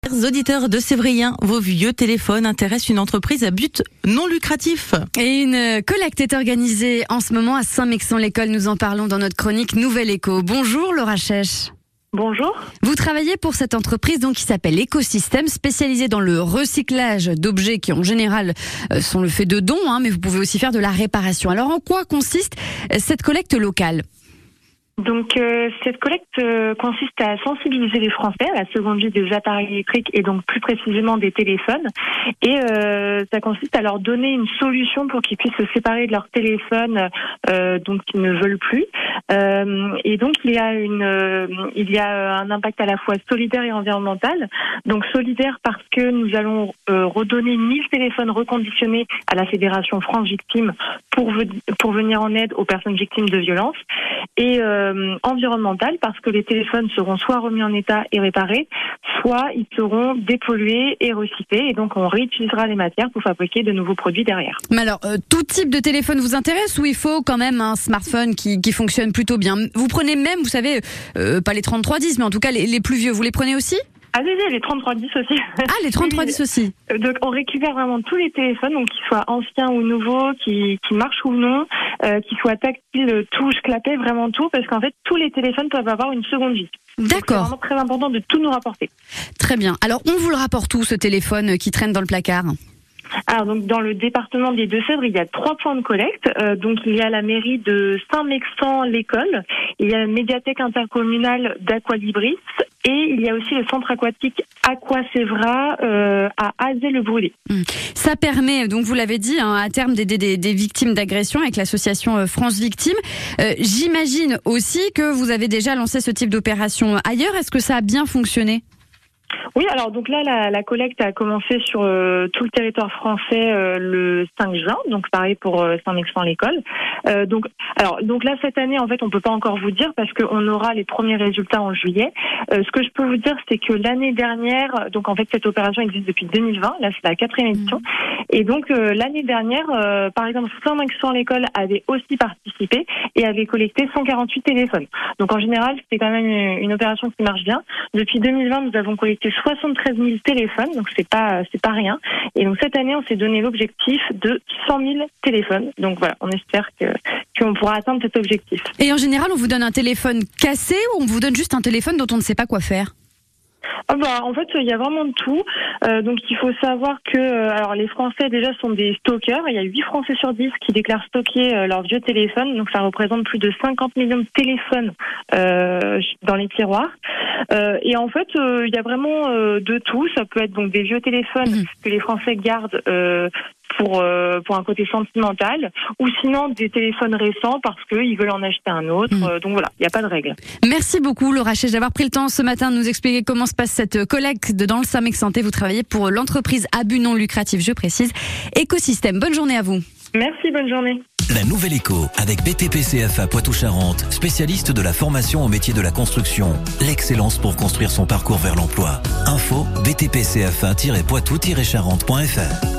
Chers auditeurs de Sévrien, vos vieux téléphones intéressent une entreprise à but non lucratif. Et une collecte est organisée en ce moment à Saint-Mexant-l'École. Nous en parlons dans notre chronique Nouvelle Éco. Bonjour Laura Chèche. Bonjour. Vous travaillez pour cette entreprise donc qui s'appelle Écosystème, spécialisée dans le recyclage d'objets qui en général sont le fait de dons, mais vous pouvez aussi faire de la réparation. Alors en quoi consiste cette collecte locale ? Donc cette collecte consiste à sensibiliser les Français à la seconde vie des appareils électriques et donc plus précisément des téléphones. Et ça consiste à leur donner une solution pour qu'ils puissent se séparer de leur téléphone donc qu'ils ne veulent plus. Et donc il y a un impact à la fois solidaire et environnemental. Donc solidaire parce que nous allons redonner 1000 téléphones reconditionnés à la Fédération France Victimes pour venir en aide aux personnes victimes de violences. Et environnemental parce que les téléphones seront soit remis en état et réparés, soit ils seront dépollués et recyclés, et donc on réutilisera les matières pour fabriquer de nouveaux produits derrière. Mais alors, tout type de téléphone vous intéresse ou il faut quand même un smartphone qui fonctionne plutôt bien ? Vous prenez même, vous savez, pas les 3310, mais en tout cas les plus vieux, vous les prenez aussi ? Ah oui, les 3310 aussi. Ah, les 3310 aussi. Donc on récupère vraiment tous les téléphones, donc qu'ils soient anciens ou nouveaux, qui marchent ou non, qu'ils soient tactiles, touches, clapets, vraiment tout, parce qu'en fait tous les téléphones peuvent avoir une seconde vie. D'accord. Donc, c'est vraiment très important de tout nous rapporter. Très bien. Alors on vous le rapporte où, ce téléphone qui traîne dans le placard ? Alors donc dans le département des Deux-Sèvres, il y a 3 points de collecte. Donc il y a la mairie de Saint-Mexant-l'École, il y a la médiathèque intercommunale d'Aqualibris et il y a aussi le centre aquatique Aqua-Sévra à Azay-le-Brûlé. Ça permet, donc vous l'avez dit, à terme d'aider des victimes d'agression avec l'association France Victimes. J'imagine aussi que vous avez déjà lancé ce type d'opération ailleurs. Est-ce que ça a bien fonctionné ? Oui, alors donc là, la collecte a commencé sur tout le territoire français le 5 juin, donc pareil pour Saint-Mexant-l'École. Donc là, cette année, en fait, on peut pas encore vous dire parce qu'on aura les premiers résultats en juillet. Ce que je peux vous dire, c'est que l'année dernière, donc en fait, cette opération existe depuis 2020, là c'est la 4e édition, et donc l'année dernière, par exemple, Saint-Mexant-l'École avait aussi participé et avait collecté 148 téléphones. Donc en général, c'est quand même une opération qui marche bien. Depuis 2020, nous avons collecté 73 000 téléphones, donc c'est pas rien. Et donc cette année, on s'est donné l'objectif de 100 000 téléphones. Donc voilà, on espère qu'on pourra atteindre cet objectif. Et en général, on vous donne un téléphone cassé ou on vous donne juste un téléphone dont on ne sait pas quoi faire ? En fait, il y a vraiment de tout. Donc, il faut savoir que alors les Français, déjà, sont des stockeurs. Il y a 8 Français sur 10 qui déclarent stocker leurs vieux téléphones. Donc, ça représente plus de 50 millions de téléphones dans les tiroirs. Et en fait, il y a vraiment de tout. Ça peut être donc des vieux téléphones que les Français gardent pour un côté sentimental, ou sinon des téléphones récents parce qu'ils veulent en acheter un autre. Donc voilà, il n'y a pas de règle. Merci beaucoup Laura Chèche d'avoir pris le temps ce matin de nous expliquer comment se passe cette collecte dans le Saint-Mexantais. Vous travaillez pour l'entreprise à but non lucratif, je précise, Écosystème. Bonne journée à vous. Merci, bonne journée. La Nouvelle Éco avec BTP-CFA Poitou-Charentes, spécialiste de la formation au métier de la construction. L'excellence pour construire son parcours vers l'emploi. Info btpcfa-poitou-charentes.fr.